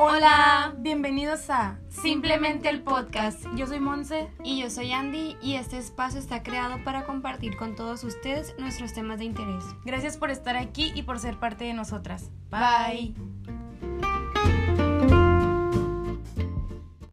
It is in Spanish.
Hola, bienvenidos a Simplemente el podcast. Yo soy Monse. Y yo soy Andy, y este espacio está creado para compartir con todos ustedes nuestros temas de interés. Gracias por estar aquí y por ser parte de nosotras. Bye.